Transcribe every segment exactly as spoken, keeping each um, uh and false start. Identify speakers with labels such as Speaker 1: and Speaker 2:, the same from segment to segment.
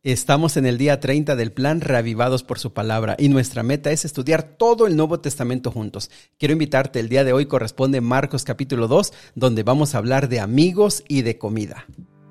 Speaker 1: Estamos en el día treinta del plan Reavivados por su palabra y nuestra meta es estudiar todo el Nuevo Testamento juntos. Quiero invitarte, el día de hoy corresponde Marcos capítulo dos, donde vamos a hablar de amigos y de comida.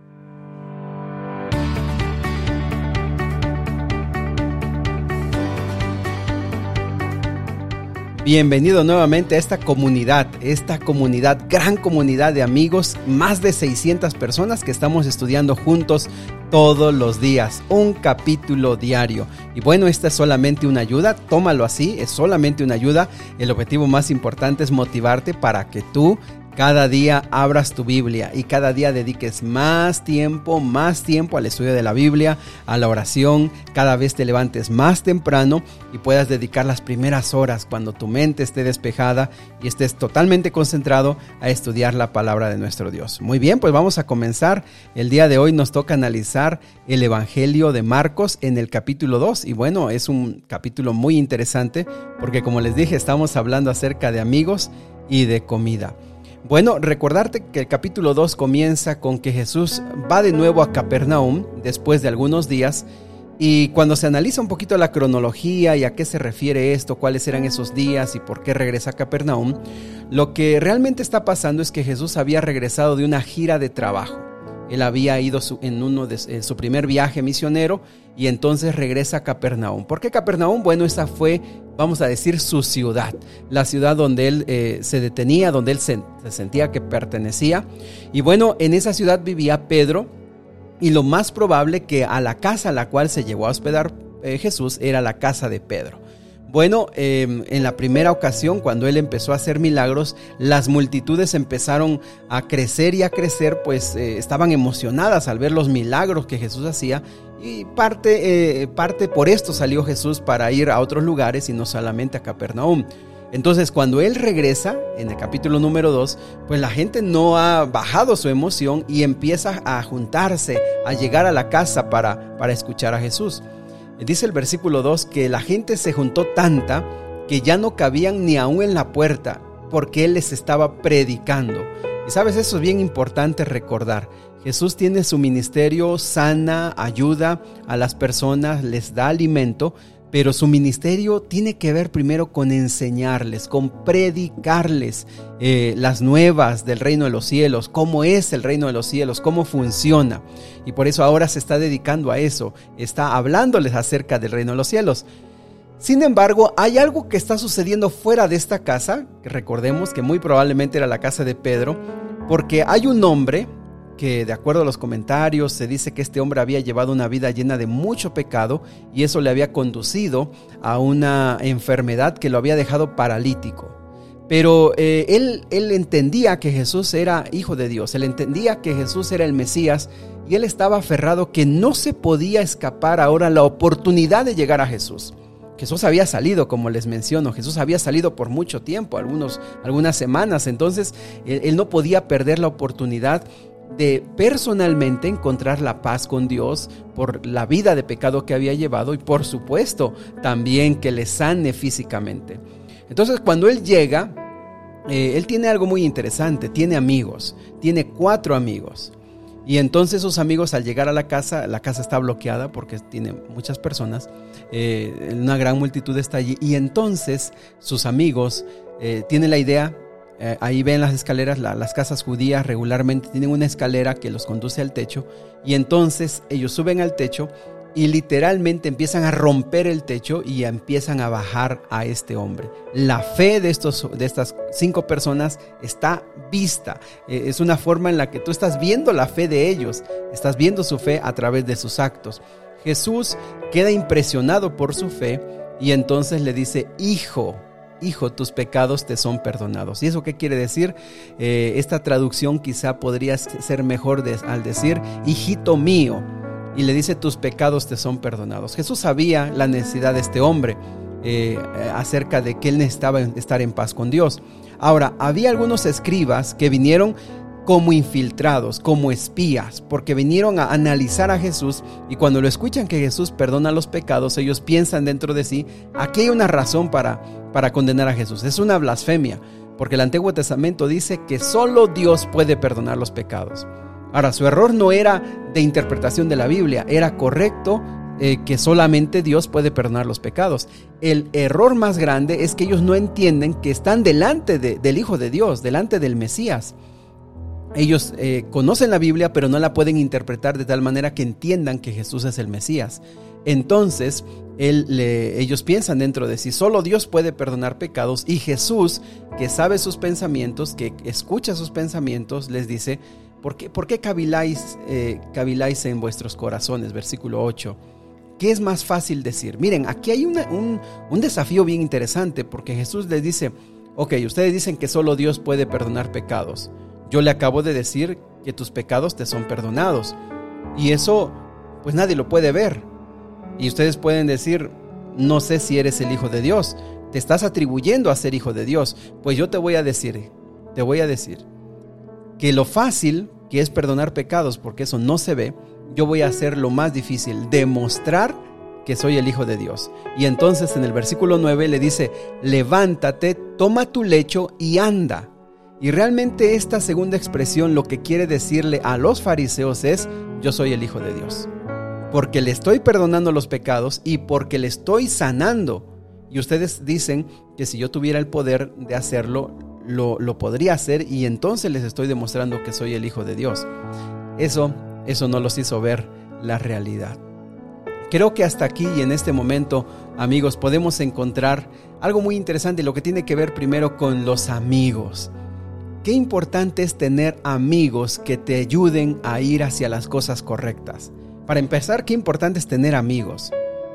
Speaker 1: Bienvenido nuevamente a esta comunidad, esta comunidad, gran comunidad de amigos, más de seiscientas personas que estamos estudiando juntos todos los días, un capítulo diario. Y bueno, esta es solamente una ayuda, tómalo así, es solamente una ayuda. El objetivo más importante es motivarte para que tú cada día abras tu Biblia y cada día dediques más tiempo, más tiempo al estudio de la Biblia, a la oración, cada vez te levantes más temprano y puedas dedicar las primeras horas cuando tu mente esté despejada y estés totalmente concentrado a estudiar la palabra de nuestro Dios. Muy bien, pues vamos a comenzar. El día de hoy nos toca analizar el Evangelio de Marcos en el capítulo dos y bueno, es un capítulo muy interesante porque como les dije, estamos hablando acerca de amigos y de comida. Bueno, recordarte que el capítulo dos comienza con que Jesús va de nuevo a Capernaum después de algunos días y cuando se analiza un poquito la cronología y a qué se refiere esto, cuáles eran esos días y por qué regresa a Capernaum, lo que realmente está pasando es que Jesús había regresado de una gira de trabajo. Él había ido su, en uno de en su primer viaje misionero y entonces regresa a Capernaum. ¿Por qué Capernaum? Bueno, esa fue, vamos a decir, su ciudad, la ciudad donde él eh, se detenía, donde él se, se sentía que pertenecía. Y bueno, en esa ciudad vivía Pedro y lo más probable que a la casa a la cual se llegó a hospedar eh, Jesús era la casa de Pedro. Bueno, eh, en la primera ocasión, cuando él empezó a hacer milagros, las multitudes empezaron a crecer y a crecer, pues eh, estaban emocionadas al ver los milagros que Jesús hacía y parte, eh, parte por esto salió Jesús para ir a otros lugares y no solamente a Capernaum. Entonces, cuando él regresa, en el capítulo número dos, pues la gente no ha bajado su emoción y empieza a juntarse, a llegar a la casa para, para escuchar a Jesús. Dice el versículo dos que la gente se juntó tanta que ya no cabían ni aún en la puerta porque él les estaba predicando. Y sabes, eso es bien importante recordar. Jesús tiene su ministerio, sana, ayuda a las personas, les da alimento, pero su ministerio tiene que ver primero con enseñarles, con predicarles eh, las nuevas del reino de los cielos, cómo es el reino de los cielos, cómo funciona. Y por eso ahora se está dedicando a eso, está hablándoles acerca del reino de los cielos. Sin embargo, hay algo que está sucediendo fuera de esta casa, que recordemos que muy probablemente era la casa de Pedro, porque hay un hombre que de acuerdo a los comentarios se dice que este hombre había llevado una vida llena de mucho pecado y eso le había conducido a una enfermedad que lo había dejado paralítico. Pero eh, él, él entendía que Jesús era hijo de Dios, él entendía que Jesús era el Mesías y él estaba aferrado que no se podía escapar ahora la oportunidad de llegar a Jesús. Jesús había salido, como les menciono, Jesús había salido por mucho tiempo, algunos, algunas semanas, entonces él, él no podía perder la oportunidad de personalmente encontrar la paz con Dios por la vida de pecado que había llevado y por supuesto también que le sane físicamente. Entonces cuando él llega, eh, él tiene algo muy interesante, tiene amigos, tiene cuatro amigos. Y entonces sus amigos al llegar a la casa, la casa está bloqueada porque tiene muchas personas, eh, una gran multitud está allí y entonces sus amigos eh, tienen la idea. Eh, ahí ven las escaleras, la, las casas judías regularmente tienen una escalera que los conduce al techo y entonces ellos suben al techo y literalmente empiezan a romper el techo y empiezan a bajar a este hombre. La fe de, estos, de estas cinco personas está vista. Eh, es una forma en la que tú estás viendo la fe de ellos, estás viendo su fe a través de sus actos. Jesús queda impresionado por su fe y entonces le dice, hijo, Hijo, tus pecados te son perdonados. ¿Y eso qué quiere decir? Eh, esta traducción quizá podría ser mejor de, al decir, hijito mío. Y le dice, tus pecados te son perdonados. Jesús sabía la necesidad de este hombre eh, acerca de que él necesitaba estar en paz con Dios. Ahora, había algunos escribas que vinieron como infiltrados, como espías, porque vinieron a analizar a Jesús y cuando lo escuchan que Jesús perdona los pecados, ellos piensan dentro de sí, aquí hay una razón para, para condenar a Jesús. Es una blasfemia, porque el Antiguo Testamento dice que solo Dios puede perdonar los pecados. Ahora, su error no era de interpretación de la Biblia, era correcto eh, que solamente Dios puede perdonar los pecados. El error más grande es que ellos no entienden que están delante de, del Hijo de Dios, delante del Mesías. Ellos eh, conocen la Biblia, pero no la pueden interpretar de tal manera que entiendan que Jesús es el Mesías. Entonces, él, le, ellos piensan dentro de sí, solo Dios puede perdonar pecados, y Jesús, que sabe sus pensamientos, que escucha sus pensamientos, les dice, ¿por qué, por qué caviláis, eh, caviláis en vuestros corazones? Versículo ocho. ¿Qué es más fácil decir? Miren, aquí hay una, un, un desafío bien interesante, porque Jesús les dice, ok, ustedes dicen que solo Dios puede perdonar pecados. Yo le acabo de decir que tus pecados te son perdonados. Y eso, pues nadie lo puede ver. Y ustedes pueden decir, no sé si eres el Hijo de Dios. Te estás atribuyendo a ser Hijo de Dios. Pues yo te voy a decir, te voy a decir que lo fácil que es perdonar pecados, porque eso no se ve, yo voy a hacer lo más difícil, demostrar que soy el Hijo de Dios. Y entonces en el versículo nueve le dice, levántate, toma tu lecho y anda. Y realmente esta segunda expresión lo que quiere decirle a los fariseos es, yo soy el Hijo de Dios. Porque le estoy perdonando los pecados y porque le estoy sanando. Y ustedes dicen que si yo tuviera el poder de hacerlo, lo, lo podría hacer, y entonces les estoy demostrando que soy el Hijo de Dios. Eso, eso no los hizo ver la realidad. Creo que hasta aquí y en este momento, amigos, podemos encontrar algo muy interesante, lo que tiene que ver primero con los amigos. Qué importante es tener amigos que te ayuden a ir hacia las cosas correctas. Para empezar, qué importante es tener amigos.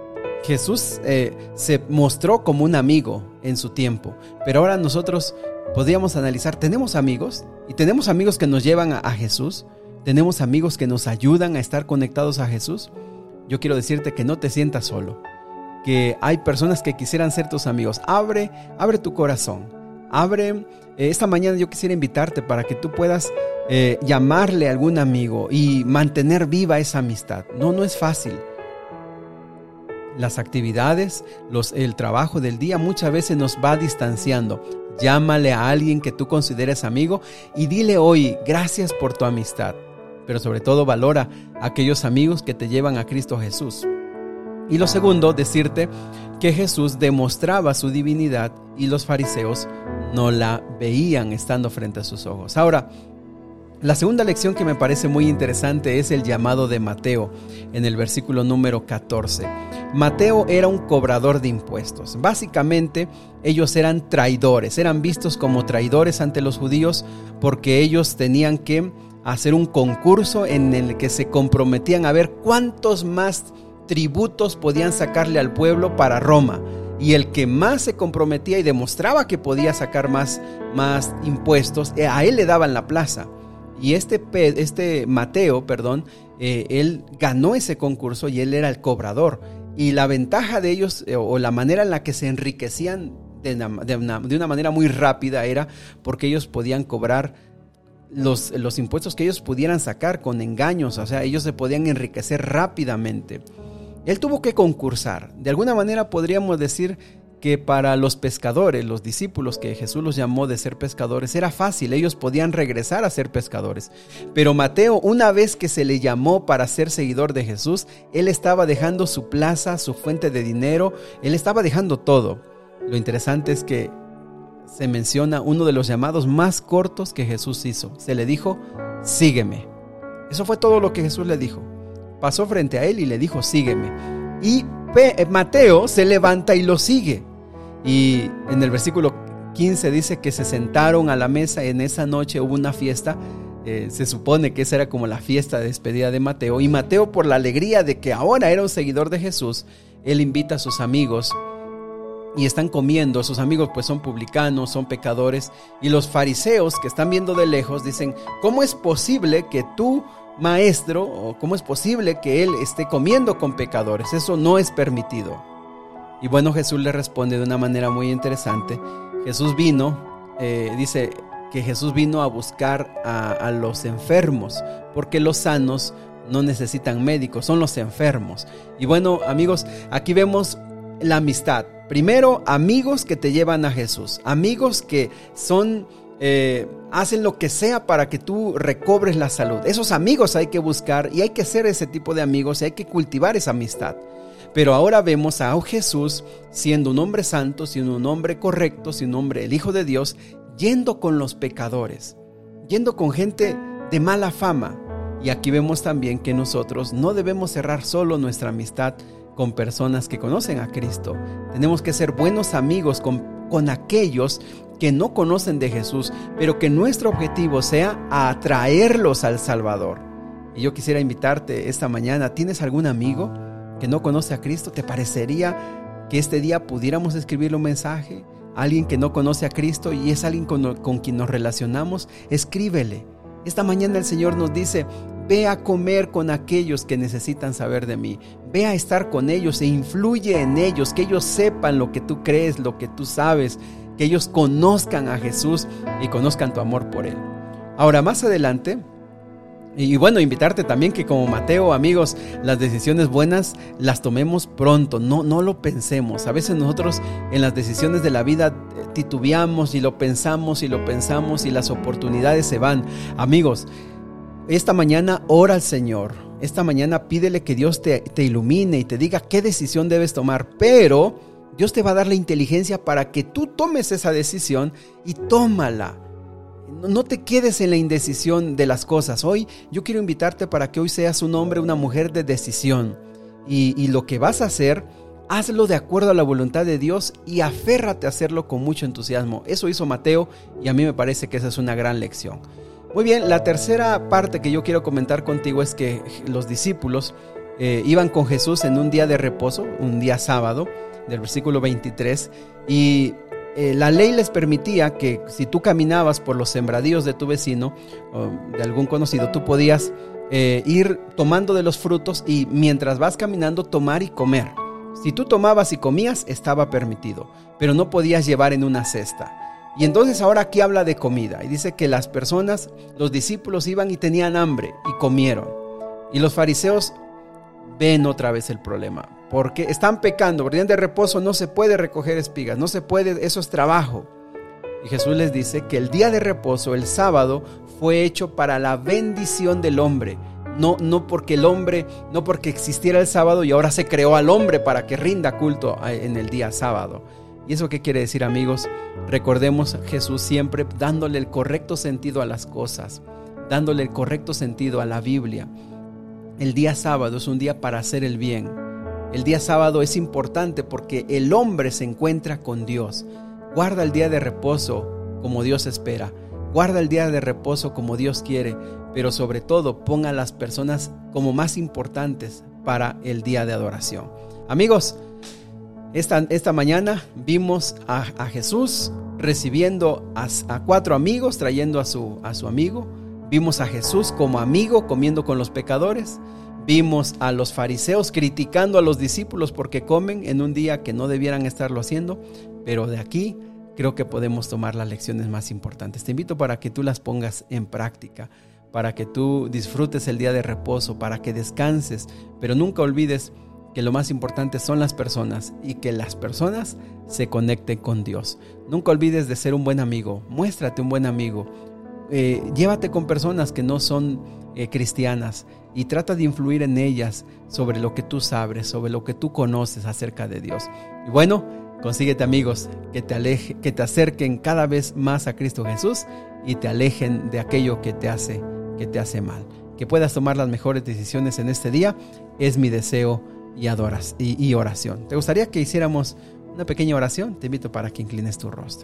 Speaker 1: Jesús eh, se mostró como un amigo en su tiempo, pero ahora nosotros podríamos analizar, ¿tenemos amigos? ¿Y tenemos amigos que nos llevan a, a Jesús? ¿Tenemos amigos que nos ayudan a estar conectados a Jesús? Yo quiero decirte que no te sientas solo, que hay personas que quisieran ser tus amigos. Abre, abre tu corazón. Abre, eh, esta mañana yo quisiera invitarte para que tú puedas eh, llamarle a algún amigo y mantener viva esa amistad. No, no es fácil. Las actividades, los, el trabajo del día muchas veces nos va distanciando. Llámale a alguien que tú consideres amigo y dile hoy, gracias por tu amistad. Pero sobre todo valora a aquellos amigos que te llevan a Cristo Jesús. Y lo segundo, decirte que Jesús demostraba su divinidad y los fariseos no la veían estando frente a sus ojos. Ahora, la segunda lección que me parece muy interesante es el llamado de Mateo en el versículo número catorce. Mateo era un cobrador de impuestos. Básicamente, ellos eran traidores, eran vistos como traidores ante los judíos porque ellos tenían que hacer un concurso en el que se comprometían a ver cuántos más tributos podían sacarle al pueblo para Roma. Y el que más se comprometía y demostraba que podía sacar más, más impuestos, a él le daban la plaza. Y este, este Mateo, perdón, eh, él ganó ese concurso y él era el cobrador. Y la ventaja de ellos, eh, o la manera en la que se enriquecían de una, de una, de una manera muy rápida, era porque ellos podían cobrar los, los impuestos que ellos pudieran sacar con engaños. O sea, ellos se podían enriquecer rápidamente. Él tuvo que concursar. De alguna manera podríamos decir que para los pescadores, los discípulos que Jesús los llamó de ser pescadores, era fácil, ellos podían regresar a ser pescadores. Pero Mateo, una vez que se le llamó para ser seguidor de Jesús, él estaba dejando su plaza, su fuente de dinero, él estaba dejando todo. Lo interesante es que se menciona uno de los llamados más cortos que Jesús hizo. Se le dijo, sígueme. Eso fue todo lo que Jesús le dijo. Pasó frente a él y le dijo, sígueme. Y Mateo se levanta y lo sigue. Y en el versículo quince dice que se sentaron a la mesa. En esa noche hubo una fiesta. Eh, se supone que esa era como la fiesta de despedida de Mateo. Y Mateo, por la alegría de que ahora era un seguidor de Jesús, él invita a sus amigos y están comiendo. Sus amigos pues son publicanos, son pecadores. Y los fariseos que están viendo de lejos dicen, ¿cómo es posible que tú, maestro, o cómo es posible que él esté comiendo con pecadores? Eso no es permitido. Y bueno, Jesús le responde de una manera muy interesante. Jesús vino, eh, dice que Jesús vino a buscar a, a los enfermos, porque los sanos no necesitan médicos, son los enfermos. Y bueno, amigos, aquí vemos la amistad. Primero, amigos que te llevan a Jesús, amigos que son eh, hacen lo que sea para que tú recobres la salud. Esos amigos hay que buscar y hay que ser ese tipo de amigos y hay que cultivar esa amistad. Pero ahora vemos a Jesús siendo un hombre santo, siendo un hombre correcto, siendo un hombre, el Hijo de Dios, yendo con los pecadores, yendo con gente de mala fama. Y aquí vemos también que nosotros no debemos cerrar solo nuestra amistad con personas que conocen a Cristo. Tenemos que ser buenos amigos con, con aquellos que no conocen de Jesús, pero que nuestro objetivo sea atraerlos al Salvador. Y yo quisiera invitarte esta mañana, ¿tienes algún amigo que no conoce a Cristo? ¿Te parecería que este día pudiéramos escribirle un mensaje a alguien que no conoce a Cristo y es alguien con, con quien nos relacionamos? Escríbele. Esta mañana el Señor nos dice, ve a comer con aquellos que necesitan saber de mí. Ve a estar con ellos e influye en ellos, que ellos sepan lo que tú crees, lo que tú sabes, que ellos conozcan a Jesús y conozcan tu amor por Él. Ahora, más adelante, y bueno, invitarte también que como Mateo, amigos, las decisiones buenas las tomemos pronto, no, no lo pensemos. A veces nosotros en las decisiones de la vida titubeamos y lo pensamos y lo pensamos y las oportunidades se van. Amigos, esta mañana ora al Señor, esta mañana pídele que Dios te, te ilumine y te diga qué decisión debes tomar, pero Dios te va a dar la inteligencia para que tú tomes esa decisión y tómala. No te quedes en la indecisión de las cosas. Hoy yo quiero invitarte para que hoy seas un hombre, una mujer de decisión. Y, y lo que vas a hacer, hazlo de acuerdo a la voluntad de Dios y aférrate a hacerlo con mucho entusiasmo. Eso hizo Mateo y a mí me parece que esa es una gran lección. Muy bien, la tercera parte que yo quiero comentar contigo es que los discípulos eh, iban con Jesús en un día de reposo, un día sábado, del versículo veintitrés, y Eh, la ley les permitía que si tú caminabas por los sembradíos de tu vecino o de algún conocido, tú podías eh, ir tomando de los frutos y mientras vas caminando tomar y comer. Si tú tomabas y comías, estaba permitido, pero no podías llevar en una cesta. Y entonces ahora aquí habla de comida y dice que las personas, los discípulos iban y tenían hambre y comieron. Y los fariseos ven otra vez el problema, porque están pecando. Por día de reposo no se puede recoger espigas, no se puede, eso es trabajo. Y Jesús les dice que el día de reposo, el sábado, fue hecho para la bendición del hombre. No, no porque el hombre, no porque existiera el sábado y ahora se creó al hombre para que rinda culto en el día sábado. ¿Y eso qué quiere decir, amigos? Recordemos a Jesús siempre dándole el correcto sentido a las cosas, dándole el correcto sentido a la Biblia. El día sábado es un día para hacer el bien. El día sábado es importante porque el hombre se encuentra con Dios. Guarda el día de reposo como Dios espera. Guarda el día de reposo como Dios quiere. Pero sobre todo, ponga a las personas como más importantes para el día de adoración. Amigos, esta, esta mañana vimos a, a Jesús recibiendo a, a cuatro amigos, trayendo a su, a su amigo. Vimos a Jesús como amigo comiendo con los pecadores. Vimos a los fariseos criticando a los discípulos porque comen en un día que no debieran estarlo haciendo. Pero de aquí creo que podemos tomar las lecciones más importantes. Te invito para que tú las pongas en práctica, para que tú disfrutes el día de reposo, para que descanses. Pero nunca olvides que lo más importante son las personas y que las personas se conecten con Dios. Nunca olvides de ser un buen amigo. Muéstrate un buen amigo. Eh, llévate con personas que no son eh, cristianas y trata de influir en ellas sobre lo que tú sabes, sobre lo que tú conoces acerca de Dios. Y bueno, consíguete amigos que te aleje, que te acerquen cada vez más a Cristo Jesús y te alejen de aquello que te hace, que te hace mal. Que puedas tomar las mejores decisiones en este día es mi deseo y, adoras, y, y oración. ¿Te gustaría que hiciéramos una pequeña oración? Te invito para que inclines tu rostro.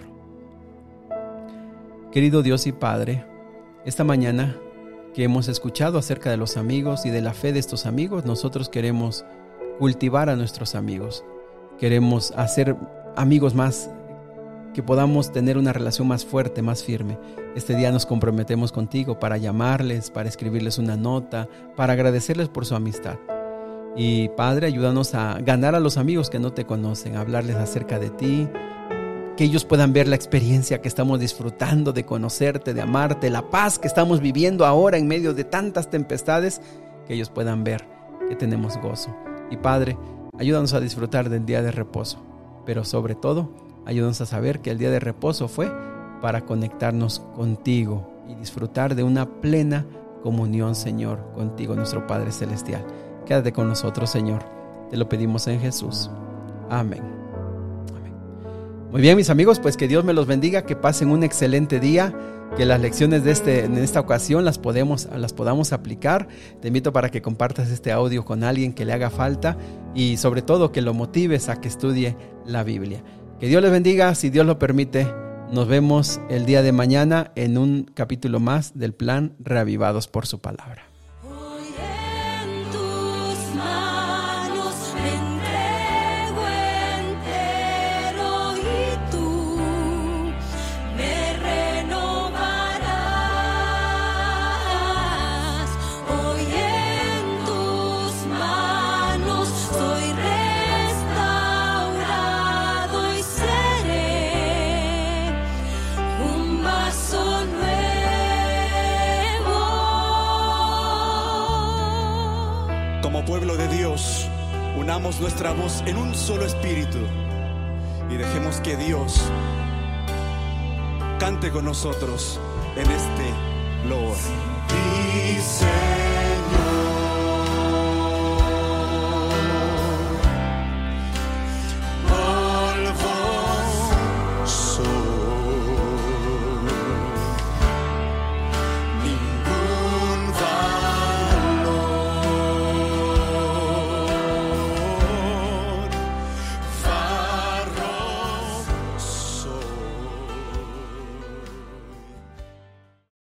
Speaker 1: Querido Dios y Padre, esta mañana que hemos escuchado acerca de los amigos y de la fe de estos amigos, nosotros queremos cultivar a nuestros amigos. Queremos hacer amigos más, que podamos tener una relación más fuerte, más firme. Este día nos comprometemos contigo para llamarles, para escribirles una nota, para agradecerles por su amistad. Y Padre, ayúdanos a ganar a los amigos que no te conocen, a hablarles acerca de ti, que ellos puedan ver la experiencia que estamos disfrutando de conocerte, de amarte, la paz que estamos viviendo ahora en medio de tantas tempestades, que ellos puedan ver que tenemos gozo. Y Padre, ayúdanos a disfrutar del día de reposo, pero sobre todo, ayúdanos a saber que el día de reposo fue para conectarnos contigo y disfrutar de una plena comunión, Señor, contigo, nuestro Padre Celestial. Quédate con nosotros, Señor. Te lo pedimos en Jesús. Amén. Amén. Muy bien, mis amigos, pues que Dios me los bendiga, que pasen un excelente día, que las lecciones de este, en esta ocasión las, podemos, las podamos aplicar. Te invito para que compartas este audio con alguien que le haga falta y sobre todo que lo motives a que estudie la Biblia. Que Dios les bendiga, si Dios lo permite. Nos vemos el día de mañana en un capítulo más del plan Reavivados por su palabra.
Speaker 2: Como pueblo de Dios, unamos nuestra voz en un solo espíritu y dejemos que Dios cante con nosotros en este